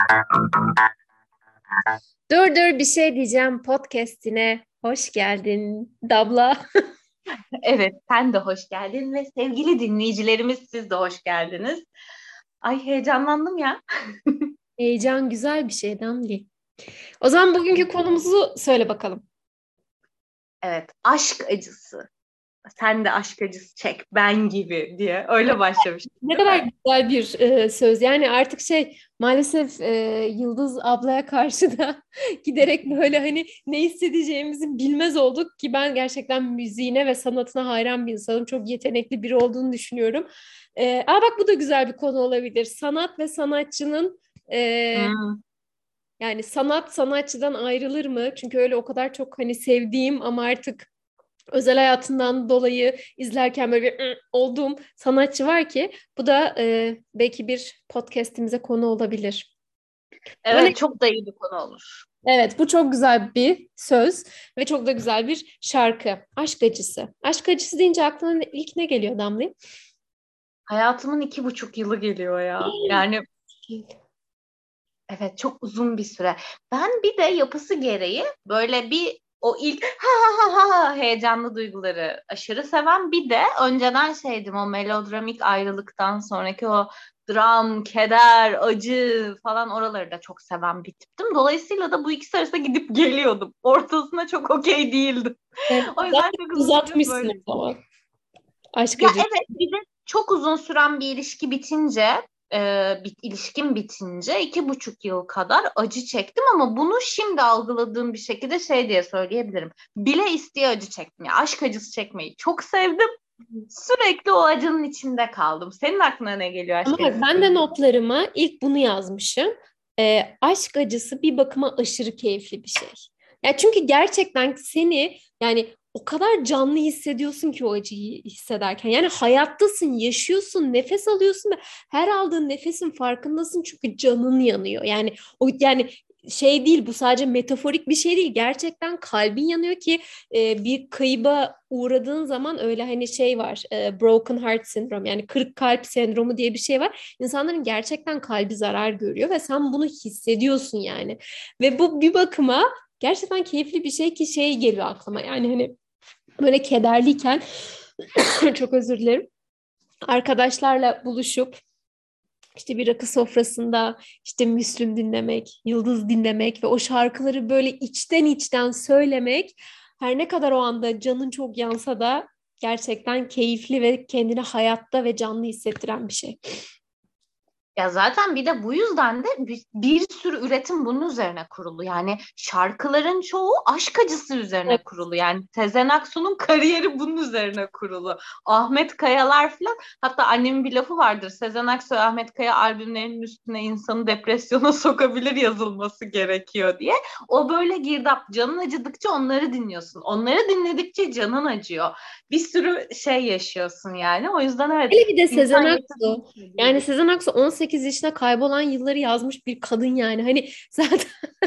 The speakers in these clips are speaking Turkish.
Dur bir şey diyeceğim podcast'ine. Hoş geldin Dabla. Evet, sen de hoş geldin ve sevgili dinleyicilerimiz siz de hoş geldiniz. Ay heyecanlandım ya. Heyecan güzel bir şey Damli. O zaman bugünkü konumuzu söyle bakalım. Evet, aşk acısı. Sen de aşk acısı çek ben gibi diye öyle başlamıştım Ne değil kadar mi? güzel bir söz. Yani artık maalesef Yıldız ablaya karşı da giderek böyle hani ne hissedeceğimizi bilmez olduk ki ben gerçekten müziğine ve sanatına hayran bir insanım. Çok yetenekli biri olduğunu düşünüyorum. Bak bu da güzel bir konu olabilir. Sanat ve sanatçının Hmm. yani sanat sanatçıdan ayrılır mı? Çünkü öyle o kadar çok hani sevdiğim ama artık özel hayatından dolayı izlerken böyle bir olduğum sanatçı var ki bu da belki bir podcast'imize konu olabilir. Ama Evet, çok da iyi bir konu olur. evet, bu çok güzel bir söz ve çok da güzel bir şarkı. Aşk acısı. Aşk acısı deyince aklına ilk ne geliyor Damli? Hayatımın 2,5 yılı geliyor ya. Yani evet, çok uzun bir süre. Ben bir de yapısı gereği böyle bir o ilk ha heyecanlı duyguları aşırı seven bir de önceden şeydim o melodramik ayrılıktan sonraki o dram, keder, acı falan oraları da çok seven bir tiptim. Dolayısıyla da bu ikisi arasında gidip geliyordum. Ortasına çok okey değildim. O yüzden Zaten çok uzun süre uzatmışsın böyle. o zaman. Aşk Ya acısı. evet, bir de çok uzun süren bir ilişki bitince, ilişkim bitince 2,5 yıl kadar acı çektim ama bunu şimdi algıladığım bir şekilde şey diye söyleyebilirim. Bile isteye acı çektim. Ya, aşk acısı çekmeyi çok sevdim. Sürekli o acının içinde kaldım. Senin aklına ne geliyor Ama aşk bak acısı ben de deyince? notlarıma ilk bunu yazmışım. Aşk acısı bir bakıma aşırı keyifli bir şey. Ya çünkü gerçekten seni yani o kadar canlı hissediyorsun ki o acıyı hissederken. Yani hayattasın, yaşıyorsun, nefes alıyorsun ve her aldığın nefesin farkındasın çünkü canın yanıyor. Yani o yani şey değil bu sadece metaforik bir şey değil. Gerçekten kalbin yanıyor ki bir kayıba uğradığın zaman öyle hani şey var broken heart syndrome yani kırık kalp sendromu diye bir şey var. İnsanların gerçekten kalbi zarar görüyor ve sen bunu hissediyorsun yani. Ve bu bir bakıma gerçekten keyifli bir şey ki şey geliyor aklıma yani hani böyle kederliyken çok özür dilerim arkadaşlarla buluşup işte bir rakı sofrasında işte Müslüm dinlemek, Yıldız dinlemek ve o şarkıları böyle içten içten söylemek her ne kadar o anda canın çok yansa da gerçekten keyifli ve kendini hayatta ve canlı hissettiren bir şey. Ya zaten bir de bu yüzden de bir sürü üretim bunun üzerine kurulu. Yani şarkıların çoğu aşk acısı Evet. üzerine kurulu. Yani Sezen Aksu'nun kariyeri bunun üzerine kurulu. Ahmet Kayalar falan. Hatta annemin bir lafı vardır. Sezen Aksu, Ahmet Kaya albümlerinin üstüne insanı depresyona sokabilir yazılması gerekiyor diye. O böyle girdap. Canın acıdıkça onları dinliyorsun. Onları dinledikçe canın acıyor. Bir sürü şey yaşıyorsun yani. O yüzden evet, Hele bir de insan Sezen yaşadığını Aksu. söylüyor. Yani Sezen Aksu 18 yaşına kaybolan yılları yazmış bir kadın yani. Hani zaten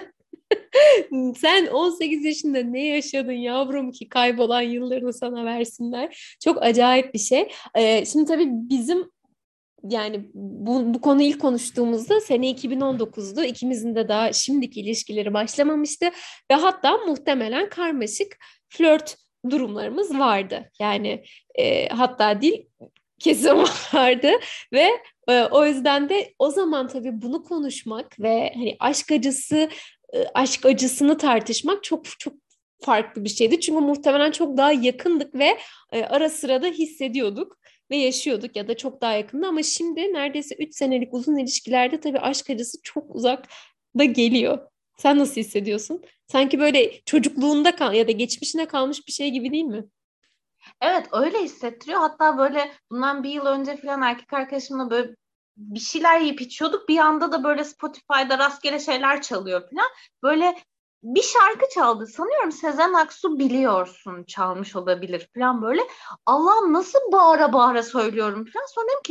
sen 18 yaşında ne yaşadın yavrum ki kaybolan yıllarını sana versinler. Çok acayip bir şey. Şimdi tabii bizim yani bu konuyu ilk konuştuğumuzda sene 2019'du. İkimizin de daha şimdiki ilişkileri başlamamıştı ve hatta muhtemelen karmaşık flört durumlarımız vardı. Yani hatta değil kesin vardı ve o yüzden de o zaman tabii bunu konuşmak ve hani aşk acısını tartışmak çok çok farklı bir şeydi. Çünkü muhtemelen çok daha yakındık ve ara sıra da hissediyorduk ve yaşıyorduk ya da çok daha yakında ama şimdi neredeyse 3 senelik uzun ilişkilerde tabii aşk acısı çok uzak da geliyor. Sen nasıl hissediyorsun? Sanki böyle çocukluğunda kal ya da geçmişine kalmış bir şey gibi değil mi? Evet, öyle hissettiriyor. Hatta böyle bundan bir yıl önce falan erkek arkadaşımla böyle bir şeyler yiyip içiyorduk. Bir anda da böyle Spotify'da rastgele şeyler çalıyor falan. Böyle bir şarkı çaldı. Sanıyorum Sezen Aksu biliyorsun çalmış olabilir falan böyle. Allah'ım nasıl bağıra bağıra söylüyorum falan. Sonra dedim ki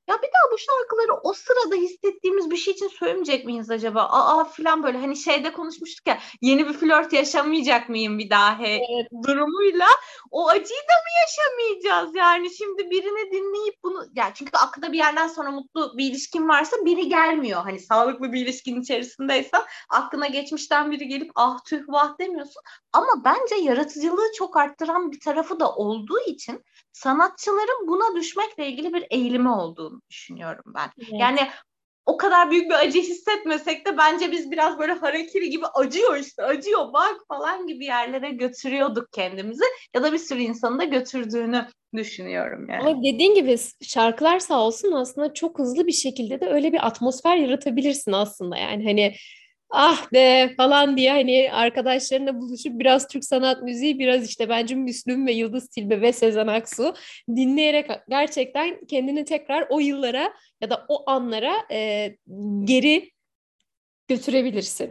ya bir daha bu şarkıları o sırada hissettiğimiz bir şey için söylemeyecek miyiz acaba? Aa falan böyle hani şeyde konuşmuştuk ya, yeni bir flört yaşamayacak mıyım bir daha Evet. durumuyla o acıyı da mı yaşamayacağız yani? Şimdi birini dinleyip bunu, ya çünkü aklında bir yerden sonra mutlu bir ilişkin varsa biri gelmiyor. Hani sağlıklı bir ilişkin içerisindeysen aklına geçmişten biri gelip ah tüh vah demiyorsun. Ama bence yaratıcılığı çok arttıran bir tarafı da olduğu için sanatçıların buna düşmekle ilgili bir eğilimi olduğunu düşünüyorum ben. Evet. Yani o kadar büyük bir acı hissetmesek de bence biz biraz böyle harakiri gibi acıyor işte, acıyor bak falan gibi yerlere götürüyorduk kendimizi ya da bir sürü insanı da götürdüğünü düşünüyorum yani. Ama dediğin gibi şarkılar sağ olsun aslında çok hızlı bir şekilde de öyle bir atmosfer yaratabilirsin aslında. Yani hani ah be falan diye hani arkadaşlarına buluşup biraz Türk sanat müziği, biraz işte bence Müslüm ve Yıldız Tilbe ve Sezen Aksu dinleyerek gerçekten kendini tekrar o yıllara ya da o anlara geri götürebilirsin.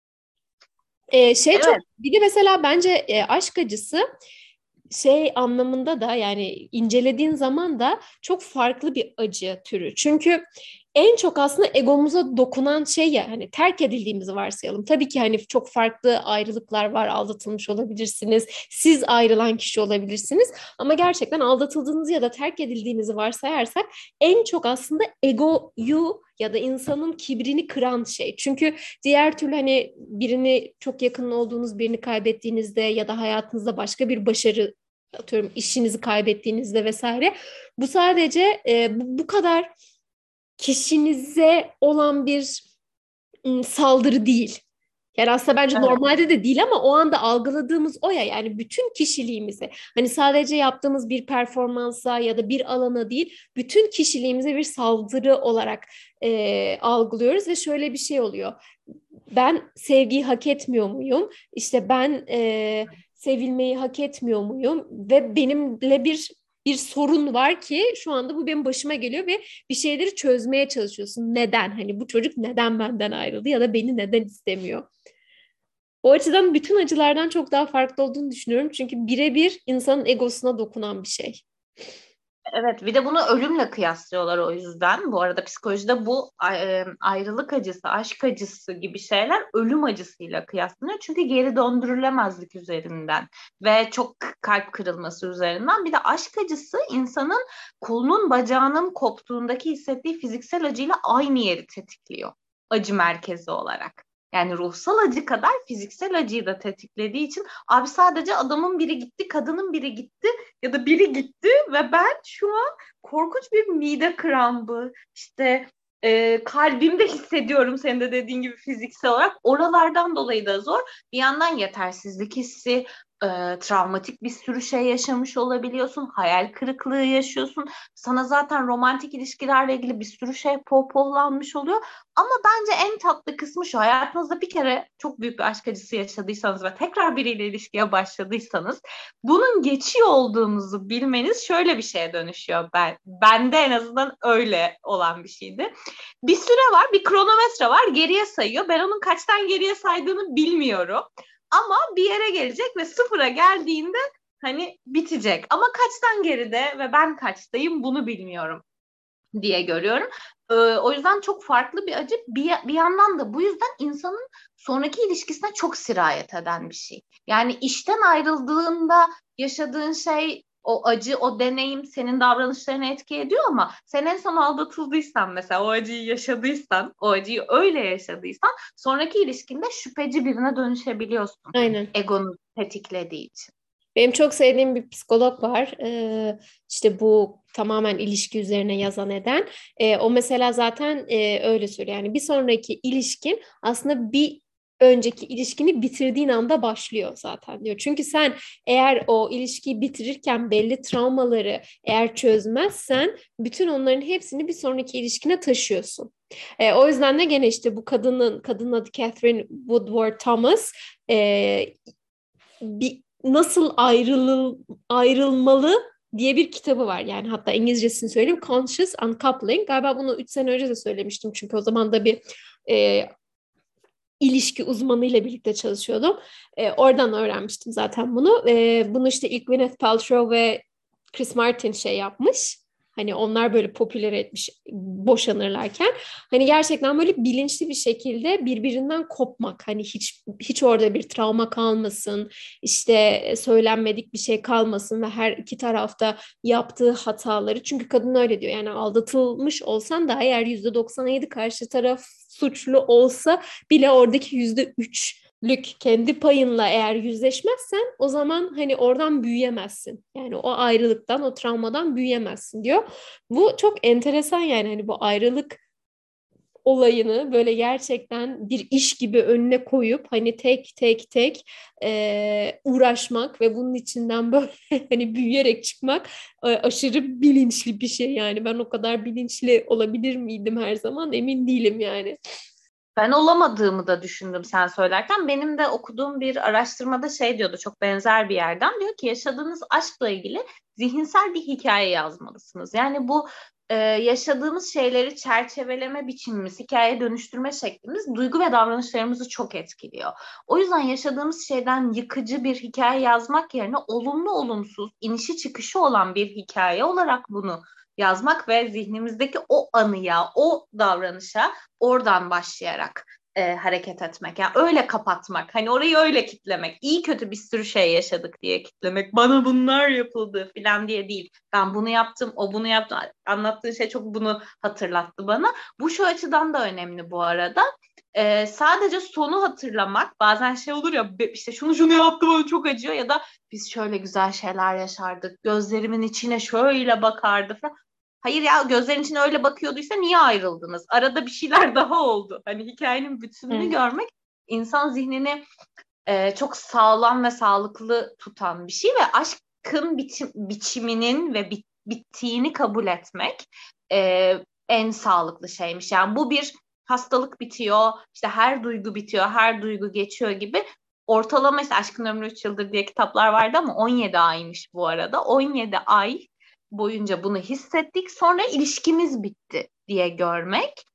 Şey çok Evet. bir de mesela bence aşk acısı şey anlamında da yani incelediğin zaman da çok farklı bir acı türü. Çünkü en çok aslında egomuza dokunan şey ya hani terk edildiğimizi varsayalım. Tabii ki hani çok farklı ayrılıklar var. Aldatılmış olabilirsiniz. Siz ayrılan kişi olabilirsiniz. Ama gerçekten aldatıldığınızı ya da terk edildiğinizi varsayarsak en çok aslında egoyu ya da insanın kibrini kıran şey. Çünkü diğer türlü hani birini çok yakın olduğunuz birini kaybettiğinizde ya da hayatınızda başka bir başarı atıyorum işinizi kaybettiğinizde vesaire bu sadece bu kadar kişinize olan bir saldırı değil. Yani aslında bence Evet. normalde de değil ama o anda algıladığımız o ya yani bütün kişiliğimize hani sadece yaptığımız bir performansa ya da bir alana değil bütün kişiliğimize bir saldırı olarak algılıyoruz ve şöyle bir şey oluyor. Ben sevgiyi hak etmiyor muyum? İşte ben sevilmeyi hak etmiyor muyum? Ve benimle bir sorun var ki şu anda bu benim başıma geliyor ve bir şeyleri çözmeye çalışıyorsun. Neden? Hani bu çocuk neden benden ayrıldı ya da beni neden istemiyor? O açıdan bütün acılardan çok daha farklı olduğunu düşünüyorum. Çünkü birebir insanın egosuna dokunan bir şey. Evet, bir de bunu ölümle kıyaslıyorlar o yüzden. Bu arada psikolojide bu ayrılık acısı, aşk acısı gibi şeyler ölüm acısıyla kıyaslanıyor. Çünkü geri döndürülemezlik üzerinden ve çok kalp kırılması üzerinden. Bir de aşk acısı insanın kolunun bacağının koptuğundaki hissettiği fiziksel acıyla aynı yeri tetikliyor. Acı merkezi olarak. Yani ruhsal acı kadar fiziksel acıyı da tetiklediği için abi sadece adamın biri gitti, kadının biri gitti ya da biri gitti ve ben şu an korkunç bir mide krampı, işte kalbimde hissediyorum senin de dediğin gibi fiziksel olarak. Oralardan dolayı da zor. Bir yandan yetersizlik hissi, travmatik bir sürü şey yaşamış olabiliyorsun. Hayal kırıklığı yaşıyorsun. Sana zaten romantik ilişkilerle ilgili bir sürü şey pohpohlanmış oluyor. Ama bence en tatlı kısmı şu: hayatınızda bir kere çok büyük bir aşk acısı yaşadıysanız ve tekrar biriyle ilişkiye başladıysanız bunun geçiyor olduğunuzu bilmeniz şöyle bir şeye dönüşüyor. Bende en azından öyle olan bir şeydi. Bir süre var, bir kronometre var, geriye sayıyor. Ben onun kaçtan geriye saydığını bilmiyorum. Ama bir yere gelecek ve sıfıra geldiğinde hani bitecek. Ama kaçtan geride ve ben kaçtayım bunu bilmiyorum diye görüyorum. O yüzden çok farklı bir acı. Bir yandan da bu yüzden insanın sonraki ilişkisine çok sirayet eden bir şey. Yani işten ayrıldığında yaşadığın şey, o acı, o deneyim senin davranışlarına etki ediyor ama sen en son aldatıldıysan mesela, o acıyı yaşadıysan, o acıyı öyle yaşadıysan sonraki ilişkinde şüpheci birine dönüşebiliyorsun. Aynen. Egonu tetiklediği için. Benim çok sevdiğim bir psikolog var. İşte bu tamamen ilişki üzerine yazan eden. O mesela zaten öyle söylüyor. Yani bir sonraki ilişkin aslında bir önceki ilişkini bitirdiğin anda başlıyor zaten diyor. Çünkü sen eğer o ilişkiyi bitirirken belli travmaları eğer çözmezsen bütün onların hepsini bir sonraki ilişkine taşıyorsun. O yüzden de gene işte bu kadının adı Catherine Woodward Thomas. Nasıl ayrılmalı diye bir kitabı var. Yani hatta İngilizcesini söyleyeyim. Conscious Uncoupling. Galiba bunu 3 sene önce de söylemiştim. Çünkü o zaman da bir e, ilişki uzmanıyla birlikte çalışıyordum. Oradan öğrenmiştim zaten bunu. Bunu işte ilk Gwyneth Paltrow ve Chris Martin şey yapmış. Hani onlar böyle popüler etmiş boşanırlarken. Hani gerçekten böyle bilinçli bir şekilde birbirinden kopmak. Hani hiç orada bir travma kalmasın, işte söylenmedik bir şey kalmasın ve her iki tarafta yaptığı hataları. Çünkü kadın öyle diyor. Yani aldatılmış olsan da eğer %97 karşı taraf suçlu olsa bile oradaki %3'lük kendi payınla eğer yüzleşmezsen o zaman hani oradan büyüyemezsin. Yani o ayrılıktan, o travmadan büyüyemezsin diyor. Bu çok enteresan yani hani bu ayrılık olayını böyle gerçekten bir iş gibi önüne koyup hani tek uğraşmak ve bunun içinden böyle hani büyüyerek çıkmak aşırı bilinçli bir şey yani. Ben o kadar bilinçli olabilir miydim her zaman emin değilim yani. Ben olamadığımı da düşündüm sen söylerken. Benim de okuduğum bir araştırmada şey diyordu, çok benzer bir yerden. Diyor ki yaşadığınız aşkla ilgili zihinsel bir hikaye yazmalısınız. Yani bu yaşadığımız şeyleri çerçeveleme biçimimiz, hikaye dönüştürme şeklimiz duygu ve davranışlarımızı çok etkiliyor. O yüzden yaşadığımız şeyden yıkıcı bir hikaye yazmak yerine olumlu olumsuz, inişi çıkışı olan bir hikaye olarak bunu yazmak ve zihnimizdeki o anıya, o davranışa oradan başlayarak hareket etmek. Yani öyle kapatmak. Hani orayı öyle kitlemek. İyi kötü bir sürü şey yaşadık diye kitlemek. Bana bunlar yapıldı falan diye değil. Ben bunu yaptım, o bunu yaptı. Anlattığı şey çok bunu hatırlattı bana. Bu şu açıdan da önemli bu arada. Sadece sonu hatırlamak. Bazen şey olur ya, işte şunu yaptım, bana çok acıyor, ya da biz şöyle güzel şeyler yaşardık. Gözlerimin içine şöyle bakardı falan. Hayır ya, gözlerin içine öyle bakıyorduysa niye ayrıldınız? Arada bir şeyler daha oldu. Hani hikayenin bütününü Evet. görmek insan zihnini çok sağlam ve sağlıklı tutan bir şey ve aşkın biçiminin ve bittiğini kabul etmek en sağlıklı şeymiş. Yani bu bir hastalık bitiyor, işte her duygu bitiyor, her duygu geçiyor gibi. Ortalama işte Aşkın Ömrü 3 Yıldır diye kitaplar vardı ama 17 aymış bu arada. 17 ay boyunca bunu hissettik. Sonra ilişkimiz bitti diye görmek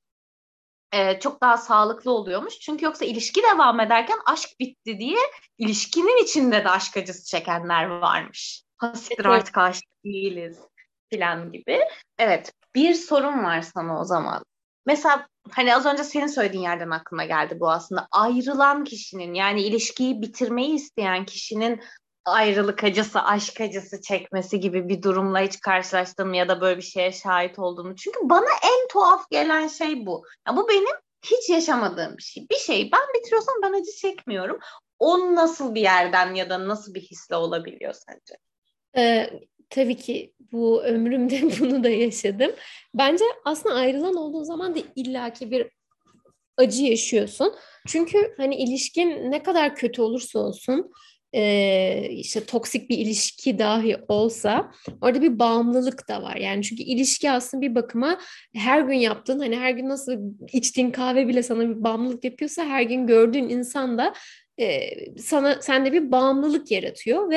çok daha sağlıklı oluyormuş. Çünkü yoksa ilişki devam ederken aşk bitti diye ilişkinin içinde de aşk acısı çekenler varmış. Hasittir Evet. artık aşık değiliz falan gibi. Evet, bir sorun var sana o zaman. Mesela hani az önce senin söylediğin yerden aklıma geldi bu aslında. Ayrılan kişinin, yani ilişkiyi bitirmeyi isteyen kişinin ayrılık acısı, aşk acısı çekmesi gibi bir durumla hiç karşılaştın mı ya da böyle bir şeye şahit oldun mu? Çünkü bana en tuhaf gelen şey bu. Ya bu benim hiç yaşamadığım bir şey. Bir şey ben bitiriyorsam ben acı çekmiyorum. O nasıl bir yerden ya da nasıl bir hisle olabiliyor sence? Ee, tabii ki bu ömrümde bunu da yaşadım. Bence aslında ayrılan olduğun zaman da illaki bir acı yaşıyorsun. Çünkü hani ilişkin ne kadar kötü olursa olsun işte toksik bir ilişki dahi olsa orada bir bağımlılık da var. Yani çünkü ilişki aslında bir bakıma her gün yaptığın hani her gün nasıl içtiğin kahve bile sana bir bağımlılık yapıyorsa her gün gördüğün insan da sende bir bağımlılık yaratıyor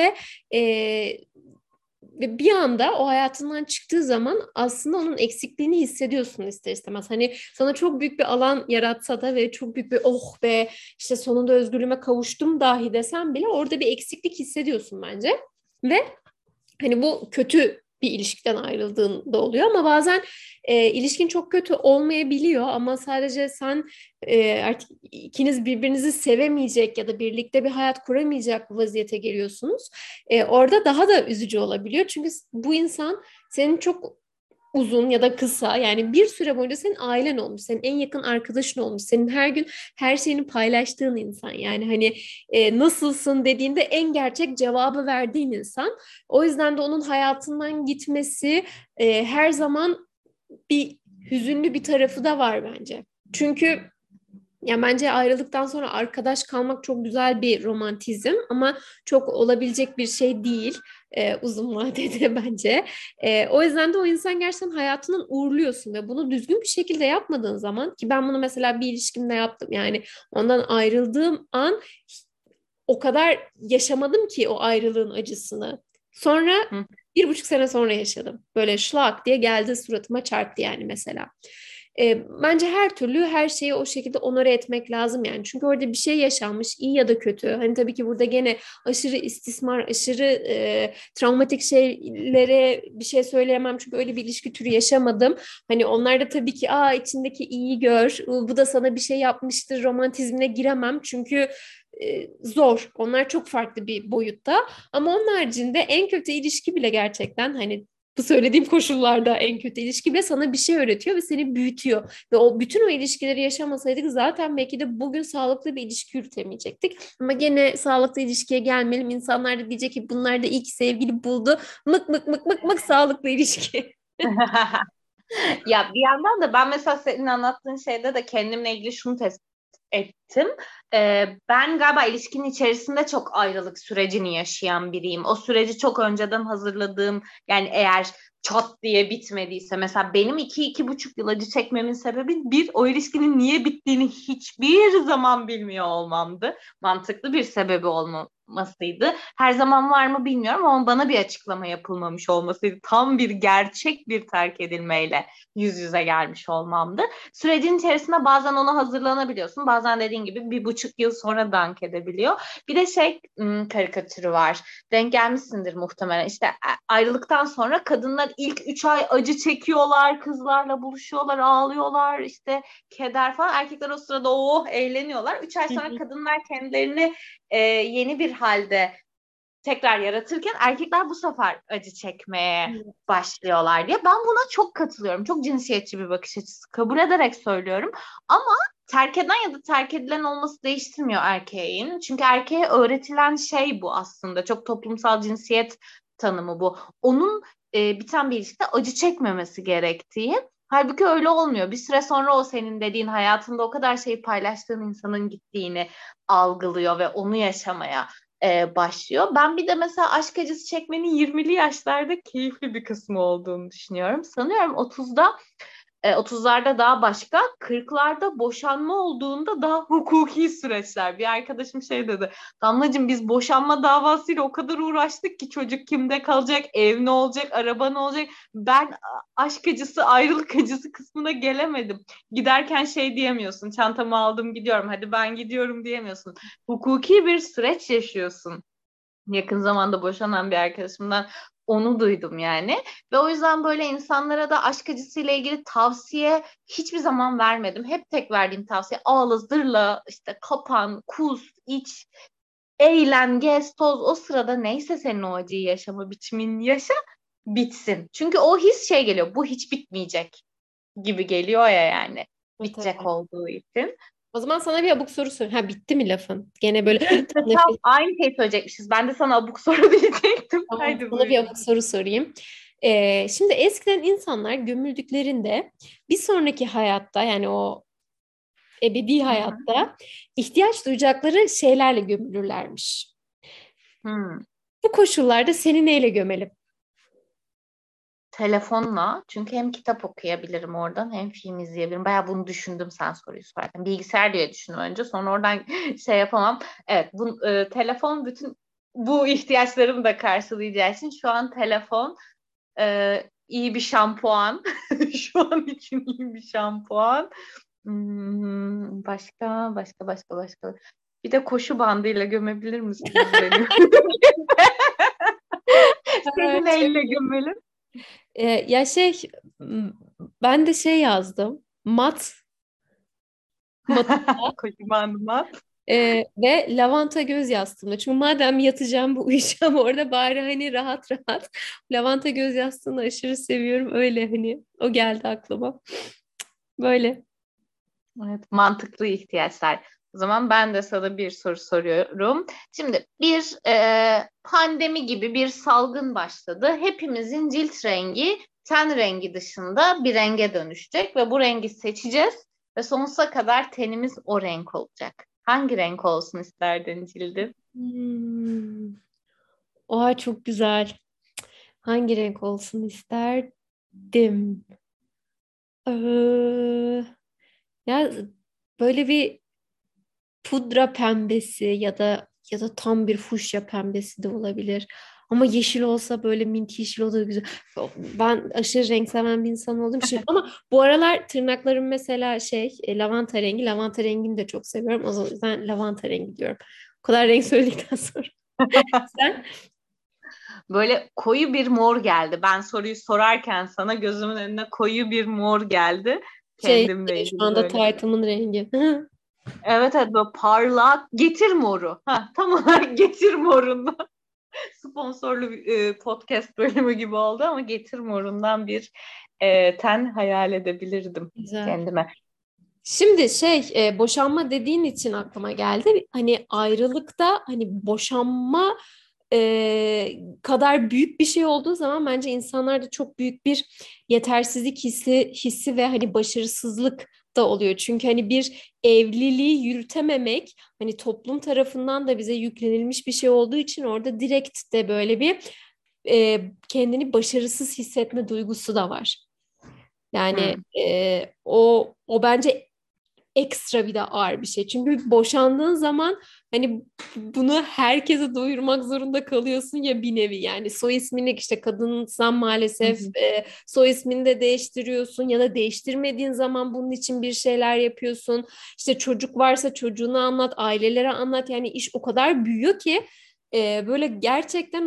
ve bir anda o hayatından çıktığı zaman aslında onun eksikliğini hissediyorsun ister istemez. Hani sana çok büyük bir alan yaratsa da ve çok büyük bir oh be işte sonunda özgürlüğüme kavuştum dahi desem bile orada bir eksiklik hissediyorsun bence. Ve hani bu kötü bir ilişkiden ayrıldığında oluyor ama bazen ilişkin çok kötü olmayabiliyor ama sadece sen artık ikiniz birbirinizi sevemeyecek ya da birlikte bir hayat kuramayacak vaziyete geliyorsunuz. Orada daha da üzücü olabiliyor çünkü bu insan senin çok uzun ya da kısa yani bir süre boyunca senin ailen olmuş, senin en yakın arkadaşın olmuş, senin her gün her şeyini paylaştığın insan yani hani nasılsın dediğinde en gerçek cevabı verdiğin insan. O yüzden de onun hayatından gitmesi her zaman bir hüzünlü bir tarafı da var bence. Çünkü ya bence ayrılıktan sonra arkadaş kalmak çok güzel bir romantizm ama çok olabilecek bir şey değil uzun vadede bence. O yüzden de o insan gerçekten hayatından uğurluyorsun ve bunu düzgün bir şekilde yapmadığın zaman ki ben bunu mesela bir ilişkimde yaptım yani ondan ayrıldığım an o kadar yaşamadım ki o ayrılığın acısını. Sonra Hı. 1,5 sene sonra yaşadım. Böyle şlak diye geldi suratıma çarptı yani mesela. Bence her türlü her şeyi o şekilde onore etmek lazım yani. Çünkü orada bir şey yaşanmış, iyi ya da kötü. Hani tabii ki burada gene aşırı istismar, aşırı travmatik şeylere bir şey söyleyemem. Çünkü öyle bir ilişki türü yaşamadım. Hani onlar da tabii ki içindeki iyiyi gör, bu da sana bir şey yapmıştır romantizmine giremem. Çünkü zor. Onlar çok farklı bir boyutta. Ama onun haricinde en kötü ilişki bile gerçekten hani bu söylediğim koşullarda en kötü ilişki bile sana bir şey öğretiyor ve seni büyütüyor. Ve bütün o ilişkileri yaşamasaydık zaten belki de bugün sağlıklı bir ilişki yürütemeyecektik. Ama gene sağlıklı ilişkiye gelmeyelim. İnsanlar da diyecek ki bunlar da iyi ki sevgili buldu. Mık mık mık mık mık sağlıklı ilişki. Ya bir yandan da ben mesela senin anlattığın şeyde de kendimle ilgili şunu tespit ettim. Ben galiba ilişkinin içerisinde çok ayrılık sürecini yaşayan biriyim. O süreci çok önceden hazırladığım, yani eğer çat diye bitmediyse, mesela benim 2-2,5 yıl acı çekmemin sebebi bir, o ilişkinin niye bittiğini hiçbir zaman bilmiyor olmamdı. Mantıklı bir sebebi olmasıydı. Her zaman var mı bilmiyorum ama bana bir açıklama yapılmamış olmasıydı. Tam bir gerçek bir terk edilmeyle yüz yüze gelmiş olmamdı. Sürecin içerisinde bazen ona hazırlanabiliyorsun. Bazen dediğin gibi 1,5 yıl sonra dank edebiliyor. Bir de karikatürü var. Denk gelmişsindir muhtemelen. İşte ayrılıktan sonra kadınlar ilk 3 ay acı çekiyorlar. Kızlarla buluşuyorlar, ağlıyorlar. İşte keder falan. Erkekler o sırada eğleniyorlar. 3 ay sonra kadınlar kendilerini yeni bir halde tekrar yaratırken erkekler bu sefer acı çekmeye başlıyorlar diye. Ben buna çok katılıyorum. Çok cinsiyetçi bir bakış açısı kabul ederek söylüyorum. Ama terk eden ya da terk edilen olması değiştirmiyor erkeğin. Çünkü erkeğe öğretilen şey bu aslında. Çok toplumsal cinsiyet tanımı bu. Onun biten bir ilişkide acı çekmemesi gerektiği. Halbuki öyle olmuyor. Bir süre sonra o senin dediğin hayatında o kadar şeyi paylaştığın insanın gittiğini algılıyor ve onu yaşamaya başlıyor. Ben bir de mesela aşk acısı çekmenin 20'li yaşlarda keyifli bir kısmı olduğunu düşünüyorum. Sanıyorum 30'larda daha başka, 40'larda boşanma olduğunda daha hukuki süreçler. Bir arkadaşım şey dedi. Damlacığım, biz boşanma davasıyla o kadar uğraştık ki çocuk kimde kalacak, ev ne olacak, araba ne olacak. Ben aşk acısı, ayrılık acısı kısmına gelemedim. Giderken şey diyemiyorsun. Çantamı aldım gidiyorum. Hadi ben gidiyorum diyemiyorsun. Hukuki bir süreç yaşıyorsun. Yakın zamanda boşanan bir arkadaşımdan onu duydum yani. Ve o yüzden böyle insanlara da aşk acısıyla ilgili tavsiye hiçbir zaman vermedim. Hep tek verdiğim tavsiye ağla, zırla, işte kapan, kus, iç, eğlen, gez, toz. O sırada neyse senin o acıyı yaşama biçimin, yaşa, bitsin. Çünkü o his geliyor. Bu hiç bitmeyecek gibi geliyor ya yani. Evet, Bitecek evet. olduğu için. O zaman sana bir abuk soru sor. Ha, bitti mi lafın? Gene böyle Tam nefes. aynı şey söyleyecekmişiz. Ben de sana abuk soru diyecektim. Tamam, Haydi sana bir buyurun. abuk soru sorayım. Şimdi eskiden insanlar gömüldüklerinde bir sonraki hayatta yani o ebedi Hı hı. hayatta ihtiyaç duyacakları şeylerle gömülürlermiş. Hmm. Bu koşullarda seni neyle gömelim? Telefonla, çünkü hem kitap okuyabilirim oradan hem film izleyebilirim. Bayağı bunu düşündüm sen soruyu sorarken. Bilgisayar diye düşündüm önce, sonra oradan şey yapamam. Evet, telefon bütün bu ihtiyaçlarımı da karşılayacağı için şu an telefon, iyi bir şampuan. Şu an için iyi bir şampuan. Başka. Bir de koşu bandıyla gömebilir misiniz beni? Seni Evet. neyle gömelim? Ya ben de şey yazdım. Mat Koşu bandıma. ve lavanta göz yastığımda. Çünkü madem yatacağım bu uyuyacağım orada bari hani rahat rahat. Lavanta göz yastığını aşırı seviyorum. Öyle hani o geldi aklıma. Böyle. Evet, mantıklı ihtiyaçlar. O zaman ben de sana bir soru soruyorum. Şimdi bir pandemi gibi bir salgın başladı. Hepimizin cilt rengi ten rengi dışında bir renge dönüşecek ve bu rengi seçeceğiz ve sonsuza kadar tenimiz o renk olacak. Hangi renk olsun isterdin cildin? Hmm. Oha, çok güzel. Hangi renk olsun isterdim? Ee, ya böyle bir pudra pembesi ya da tam bir fuşya pembesi de olabilir. Ama yeşil olsa böyle mint yeşil o da güzel. Ben aşırı renk seven bir insan olduğum için. Ama bu aralar tırnaklarım mesela lavanta rengi. Lavanta rengini de çok seviyorum. O yüzden lavanta rengi diyorum. O kadar renk söyledikten sonra. Sen Böyle koyu bir mor geldi. Ben soruyu sorarken sana gözümün önüne koyu bir mor geldi. Kendimle şu ilgili anda böyle. taytımın rengi. Evet, evet, böyle parlak getir moru. Tam olarak getir morundan. Sponsorlu bir podcast bölümü gibi oldu ama getir morundan bir ten hayal edebilirdim Güzel. kendime. Şimdi boşanma dediğin için aklıma geldi. Hani ayrılıkta hani boşanma kadar büyük bir şey olduğu zaman bence insanlarda çok büyük bir yetersizlik hissi ve hani başarısızlık da oluyor. Çünkü hani bir evliliği yürütememek hani toplum tarafından da bize yüklenilmiş bir şey olduğu için orada direkt de böyle bir kendini başarısız hissetme duygusu da var. Yani Hmm. o bence ekstra bir de ağır bir şey. Çünkü boşandığın zaman hani bunu herkese duyurmak zorunda kalıyorsun ya bir nevi. Yani soy ismini işte kadınsan Hı maalesef hı. soy ismini de değiştiriyorsun ya da değiştirmediğin zaman bunun için bir şeyler yapıyorsun. İşte çocuk varsa çocuğunu anlat, ailelere anlat. Yani iş o kadar büyüyor ki böyle gerçekten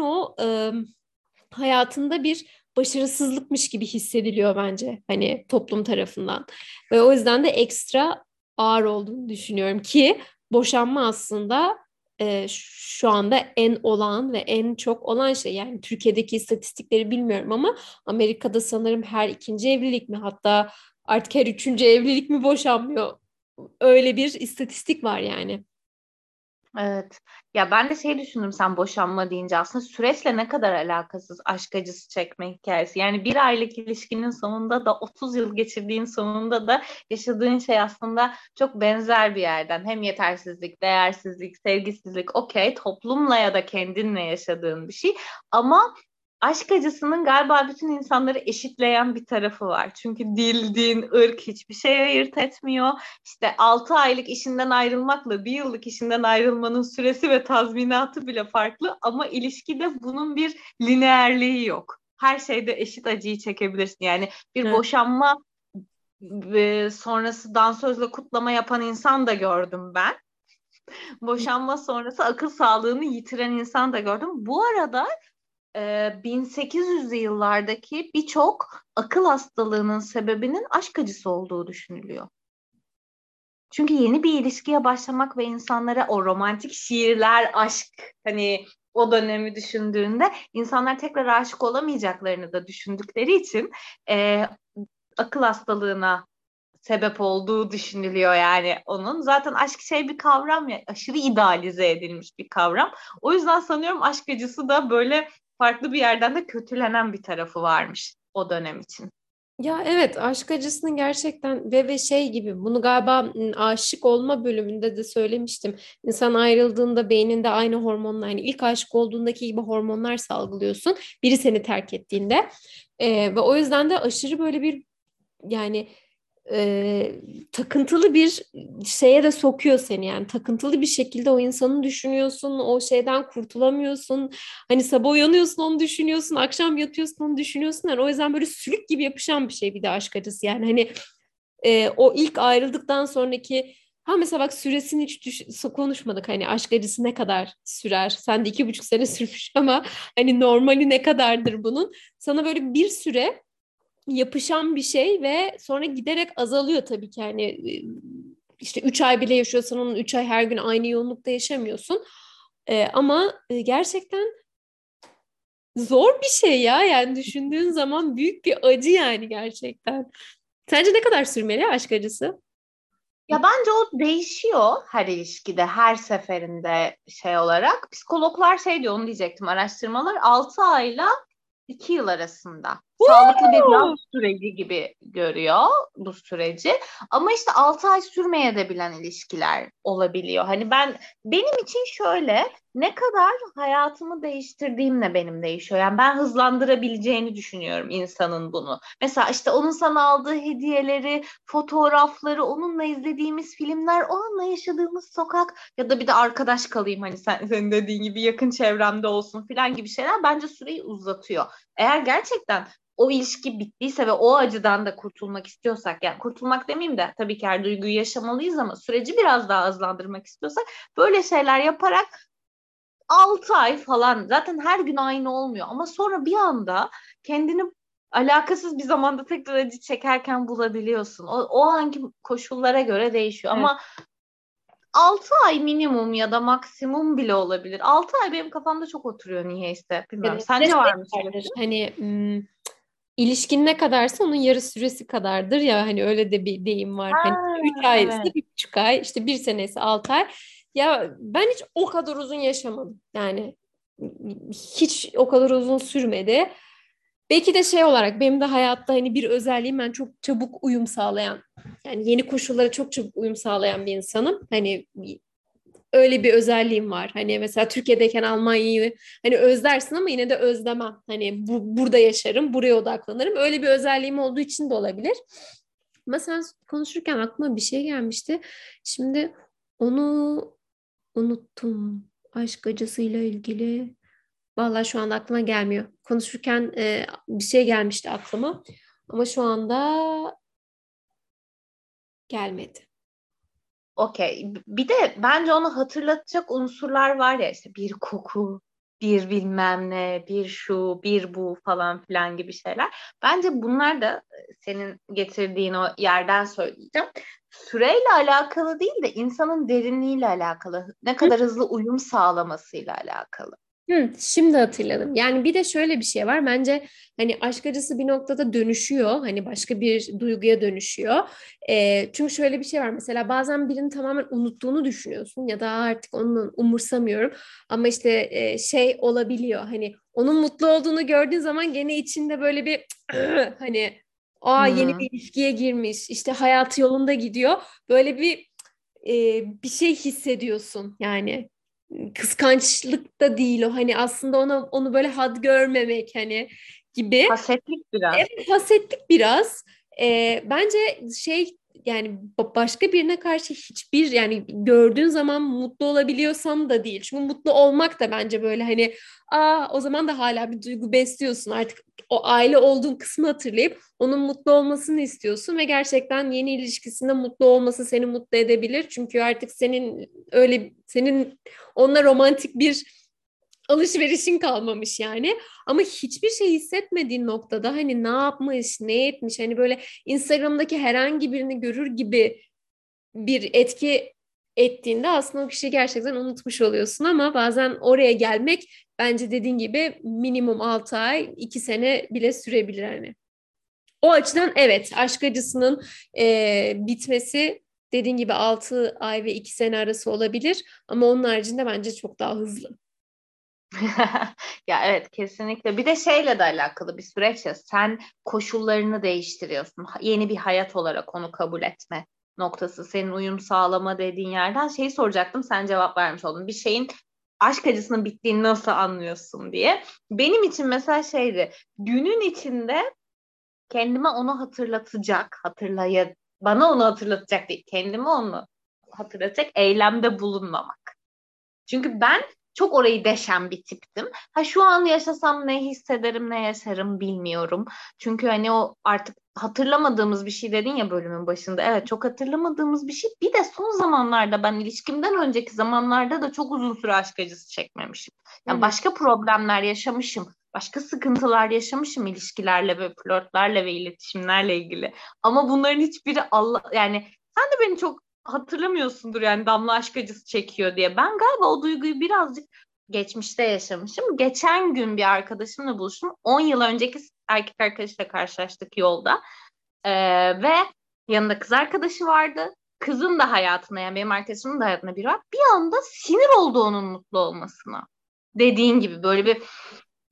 hayatında bir başarısızlıkmış gibi hissediliyor bence hani toplum tarafından. Ve o yüzden de ekstra ağır olduğunu düşünüyorum ki boşanma aslında şu anda en olağan ve en çok olan şey. Yani Türkiye'deki istatistikleri bilmiyorum ama Amerika'da sanırım her ikinci evlilik mi hatta artık her üçüncü evlilik mi boşanmıyor. Öyle bir istatistik var yani. Evet. Ya ben de düşündüm sen boşanma deyince aslında süreçle ne kadar alakasız aşk acısı çekme hikayesi. Yani bir aylık ilişkinin sonunda da 30 yıl geçirdiğin sonunda da yaşadığın şey aslında çok benzer bir yerden. Hem yetersizlik, değersizlik, sevgisizlik, okey, toplumla ya da kendinle yaşadığın bir şey. Ama aşk acısının galiba bütün insanları eşitleyen bir tarafı var. Çünkü dil, din, ırk hiçbir şey ayırt etmiyor. İşte 6 aylık işinden ayrılmakla bir yıllık işinden ayrılmanın süresi ve tazminatı bile farklı ama ilişkide bunun bir lineerliği yok. Her şeyde eşit acıyı çekebilirsin. Yani bir Evet. boşanma sonrası dansözle kutlama yapan insan da gördüm ben. Boşanma sonrası akıl sağlığını yitiren insan da gördüm. Bu arada 1800'lü yıllardaki birçok akıl hastalığının sebebinin aşk acısı olduğu düşünülüyor. Çünkü yeni bir ilişkiye başlamak ve insanlara o romantik şiirler, aşk, hani o dönemi düşündüğünde insanlar tekrar aşık olamayacaklarını da düşündükleri için e, akıl hastalığına sebep olduğu düşünülüyor yani onun. Zaten aşk bir kavram ya, aşırı idealize edilmiş bir kavram. O yüzden sanıyorum aşk acısı da böyle farklı bir yerden de kötülenen bir tarafı varmış o dönem için. Ya evet aşk acısının gerçekten ve gibi bunu galiba aşık olma bölümünde de söylemiştim. İnsan ayrıldığında beyninde aynı hormonlar yani ilk aşık olduğundaki gibi hormonlar salgılıyorsun. Biri seni terk ettiğinde. Ve o yüzden de aşırı böyle bir yani takıntılı bir şeye de sokuyor seni yani takıntılı bir şekilde o insanı düşünüyorsun o şeyden kurtulamıyorsun hani sabah uyanıyorsun onu düşünüyorsun akşam yatıyorsun onu düşünüyorsun yani o yüzden böyle sülük gibi yapışan bir şey bir de aşk acısı yani hani o ilk ayrıldıktan sonraki mesela bak süresini hiç konuşmadık hani aşk acısı ne kadar sürer sen de 2,5 sene sürmüş ama hani normali ne kadardır bunun sana böyle bir süre yapışan bir şey ve sonra giderek azalıyor tabii ki yani işte 3 ay bile yaşıyorsan onun 3 ay her gün aynı yoğunlukta yaşamıyorsun. Ama gerçekten zor bir şey ya yani düşündüğün zaman büyük bir acı yani gerçekten. Sence ne kadar sürmeli aşk acısı? Ya bence o değişiyor her ilişkide, her seferinde olarak. Psikologlar diyor, onu diyecektim, araştırmalar 6 ayla 2 yıl arasında. sağlıklı bir yaz süreci gibi görüyor bu süreci. Ama işte 6 ay sürmeye de bilen ilişkiler olabiliyor. Hani benim için şöyle, ne kadar hayatımı değiştirdiğimle benim değişiyor. Yani ben hızlandırabileceğini düşünüyorum insanın bunu. Mesela işte onun sana aldığı hediyeleri, fotoğrafları, onunla izlediğimiz filmler, onunla yaşadığımız sokak ya da bir de arkadaş kalayım hani senin dediğin gibi yakın çevremde olsun falan gibi şeyler bence süreyi uzatıyor. Eğer gerçekten o ilişki bittiyse ve o acıdan da kurtulmak istiyorsak, yani kurtulmak demeyeyim de tabii ki her duyguyu yaşamalıyız ama süreci biraz daha hızlandırmak istiyorsak böyle şeyler yaparak 6 ay falan, zaten her gün aynı olmuyor ama sonra bir anda kendini alakasız bir zamanda tekrar acı çekerken bulabiliyorsun. O anki koşullara göre değişiyor Evet. ama 6 ay minimum ya da maksimum bile olabilir. 6 ay benim kafamda çok oturuyor niyeyse. Bilmiyorum. Evet. Bir de Sence şey var mı vardır, süresi? hani ilişkin ne kadarsa onun yarı süresi kadardır ya, hani öyle de bir deyim var. Ha, Hani 3 aysa evet. 1,5 ay, işte bir senesi 6 ay. Ya ben hiç o kadar uzun yaşamadım. Yani hiç o kadar uzun sürmedi. Belki de şey olarak benim de hayatta hani bir özelliğim, ben çok çabuk uyum sağlayan, yani yeni koşullara çok çabuk uyum sağlayan bir insanım. Hani öyle bir özelliğim var. Hani mesela Türkiye'deyken Almanya'yı hani özlersin ama yine de özlemem. Hani burada yaşarım, buraya odaklanırım. Öyle bir özelliğim olduğu için de olabilir. Ama sen konuşurken aklıma bir şey gelmişti. Şimdi onu unuttum. Aşk acısıyla ilgili. Vallahi şu anda aklıma gelmiyor. Konuşurken bir şey gelmişti aklıma. Ama şu anda gelmedi. Okey. Bir de bence onu hatırlatacak unsurlar var ya, işte bir koku, bir bilmem ne, bir şu, bir bu falan filan gibi şeyler. Bence bunlar da senin getirdiğin o yerden söyleyeceğim. Süreyle alakalı değil de insanın derinliğiyle alakalı. Ne kadar hızlı uyum sağlamasıyla alakalı. Şimdi hatırladım. Yani bir de şöyle bir şey var. Bence hani aşk acısı bir noktada dönüşüyor. Hani başka bir duyguya dönüşüyor. Çünkü şöyle bir şey var. Mesela bazen birini tamamen unuttuğunu düşünüyorsun ya da artık onu umursamıyorum. Ama işte şey olabiliyor. Hani onun mutlu olduğunu gördüğün zaman gene içinde böyle bir hani yeni Hmm. bir ilişkiye girmiş. İşte hayatı yolunda gidiyor. Böyle bir şey hissediyorsun yani, kıskançlık da değil o, hani aslında onu böyle had görmemek hani gibi. Hasetlik biraz. Evet, hasetlik biraz. Bence şey, yani başka birine karşı hiçbir, yani gördüğün zaman mutlu olabiliyorsam da değil. Çünkü mutlu olmak da bence böyle hani o zaman da hala bir duygu besliyorsun. Artık o aile olduğun kısmı hatırlayıp onun mutlu olmasını istiyorsun ve gerçekten yeni ilişkisinde mutlu olması seni mutlu edebilir. Çünkü artık senin onunla romantik bir alışverişin kalmamış yani. Ama hiçbir şey hissetmediğin noktada hani ne yapmış, ne etmiş, hani böyle Instagram'daki herhangi birini görür gibi bir etki ettiğinde aslında o kişiyi gerçekten unutmuş oluyorsun, ama bazen oraya gelmek bence dediğin gibi minimum 6 ay, 2 sene bile sürebilir hani. O açıdan evet, aşk acısının bitmesi dediğin gibi 6 ay ve 2 sene arası olabilir, ama onun haricinde bence çok daha hızlı. Ya evet, kesinlikle. Bir de şeyle de alakalı bir süreç ya. Sen koşullarını değiştiriyorsun. Yeni bir hayat olarak onu kabul etme noktası. Senin uyum sağlama dediğin yerden şeyi soracaktım. Sen cevap vermiş oldun. Bir şeyin aşk acısının bittiğini nasıl anlıyorsun diye. Benim için mesela şeydi. Günün içinde kendime onu hatırlatacak, bana onu hatırlatacak değil. Kendime onu hatırlatacak eylemde bulunmamak. Çünkü ben çok orayı deşen bir tiptim. Ha, şu an yaşasam ne hissederim, ne yaşarım bilmiyorum. Çünkü hani o artık hatırlamadığımız bir şey dedin ya bölümün başında. Evet, çok hatırlamadığımız bir şey. Bir de son zamanlarda, ben ilişkimden önceki zamanlarda da çok uzun süre aşk acısı çekmemişim. Hı Yani hı. başka problemler yaşamışım. Başka sıkıntılar yaşamışım ilişkilerle ve flörtlerle ve iletişimlerle ilgili. Ama bunların hiçbiri Allah, yani sen de beni çok hatırlamıyorsundur yani Damla aşk acısı çekiyor diye. Ben galiba o duyguyu birazcık geçmişte yaşamışım. Geçen gün bir arkadaşımla buluştum. 10 yıl önceki erkek arkadaşıyla karşılaştık yolda. Ve yanında kız arkadaşı vardı. Kızın da hayatına, yani benim arkadaşımın da hayatına biri var. Bir anda sinir oldu onun mutlu olmasına. Dediğin gibi böyle bir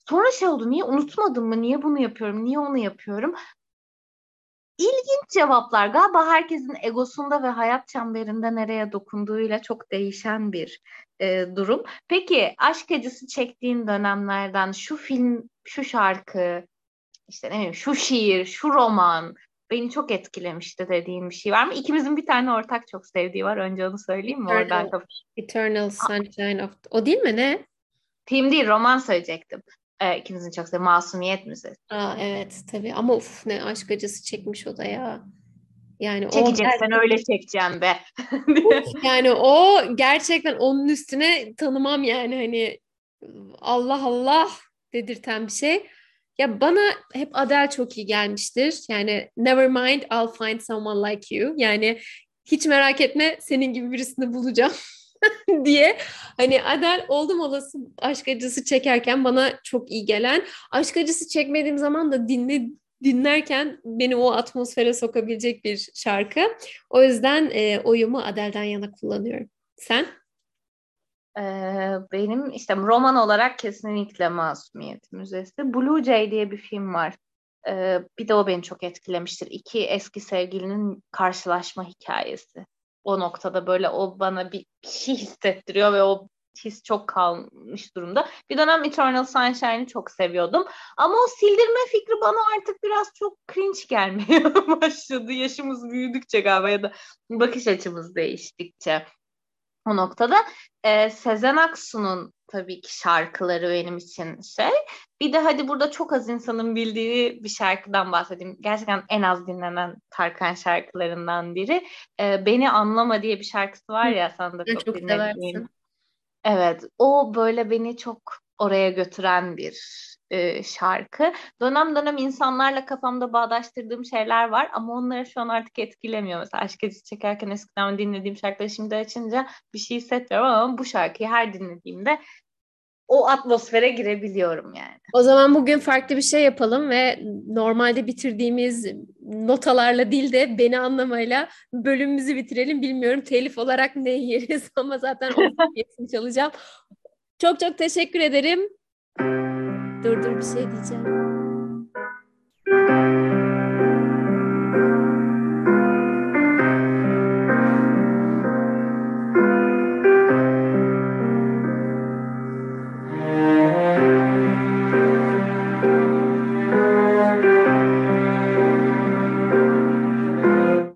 Sonra şey oldu, niye unutmadım mı? Niye bunu yapıyorum? Niye onu yapıyorum? İlginç cevaplar. Galiba herkesin egosunda ve hayat çemberinde nereye dokunduğuyla çok değişen bir durum. Peki aşk acısı çektiğin dönemlerden şu film, şu şarkı, işte ne bileyim şu şiir, şu roman beni çok etkilemişti dediğin bir şey var mı? İkimizin bir tane ortak çok sevdiği var. Önce onu söyleyeyim mi? Oradan Eternal, Eternal Sunshine of... O değil mi ne? film değil, roman söyleyecektim. İkimizin çok sevdiği Masumiyet Müzesi. Aa, evet tabii ama uf ne aşk acısı çekmiş o da ya. Yani o Çekeceksen öyle çekeceğim be. yani o gerçekten onun üstüne tanımam yani hani Allah Allah dedirten bir şey. Ya bana hep Adele çok iyi gelmiştir. Yani never mind I'll find someone like you. Yani hiç merak etme senin gibi birisini bulacağım diye. Hani Adele oldum olası aşk acısı çekerken bana çok iyi gelen. Aşk acısı çekmediğim zaman da dinlerken beni o atmosfere sokabilecek bir şarkı. O yüzden oyumu Adele'den yana kullanıyorum. Sen? Benim işte roman olarak kesinlikle Masumiyet Müzesi. Blue Jay diye bir film var. Bir de o beni çok etkilemiştir. İki eski sevgilinin karşılaşma hikayesi. O noktada böyle o bana bir şey hissettiriyor ve o his çok kalmış durumda. Bir dönem Eternal Sunshine'ı çok seviyordum. Ama o sildirme fikri bana artık biraz çok cringe gelmeye başladı. Yaşımız büyüdükçe galiba ya da bakış açımız değiştikçe. O noktada Sezen Aksu'nun tabii ki şarkıları benim için şey. Bir de hadi burada çok az insanın bildiği bir şarkıdan bahsedeyim. Gerçekten en az dinlenen Tarkan şarkılarından biri. Beni Anlama diye bir şarkısı var Hı, ya, sen de sen çok çok dinlediğin. seversin. Evet, o böyle beni çok oraya götüren bir şarkı. Dönem dönem insanlarla kafamda bağdaştırdığım şeyler var ama onları şu an artık etkilemiyor. Mesela Aşk Acısı çekerken eskiden dinlediğim şarkıları şimdi açınca bir şey hissetmiyorum ama bu şarkıyı her dinlediğimde o atmosfere girebiliyorum yani. O zaman bugün farklı bir şey yapalım ve normalde bitirdiğimiz notalarla değil de beni anlamayla bölümümüzü bitirelim. Bilmiyorum telif olarak ne yeriz ama zaten o seviyesini çalacağım. Çok çok teşekkür ederim. Dur bir şey diyeceğim.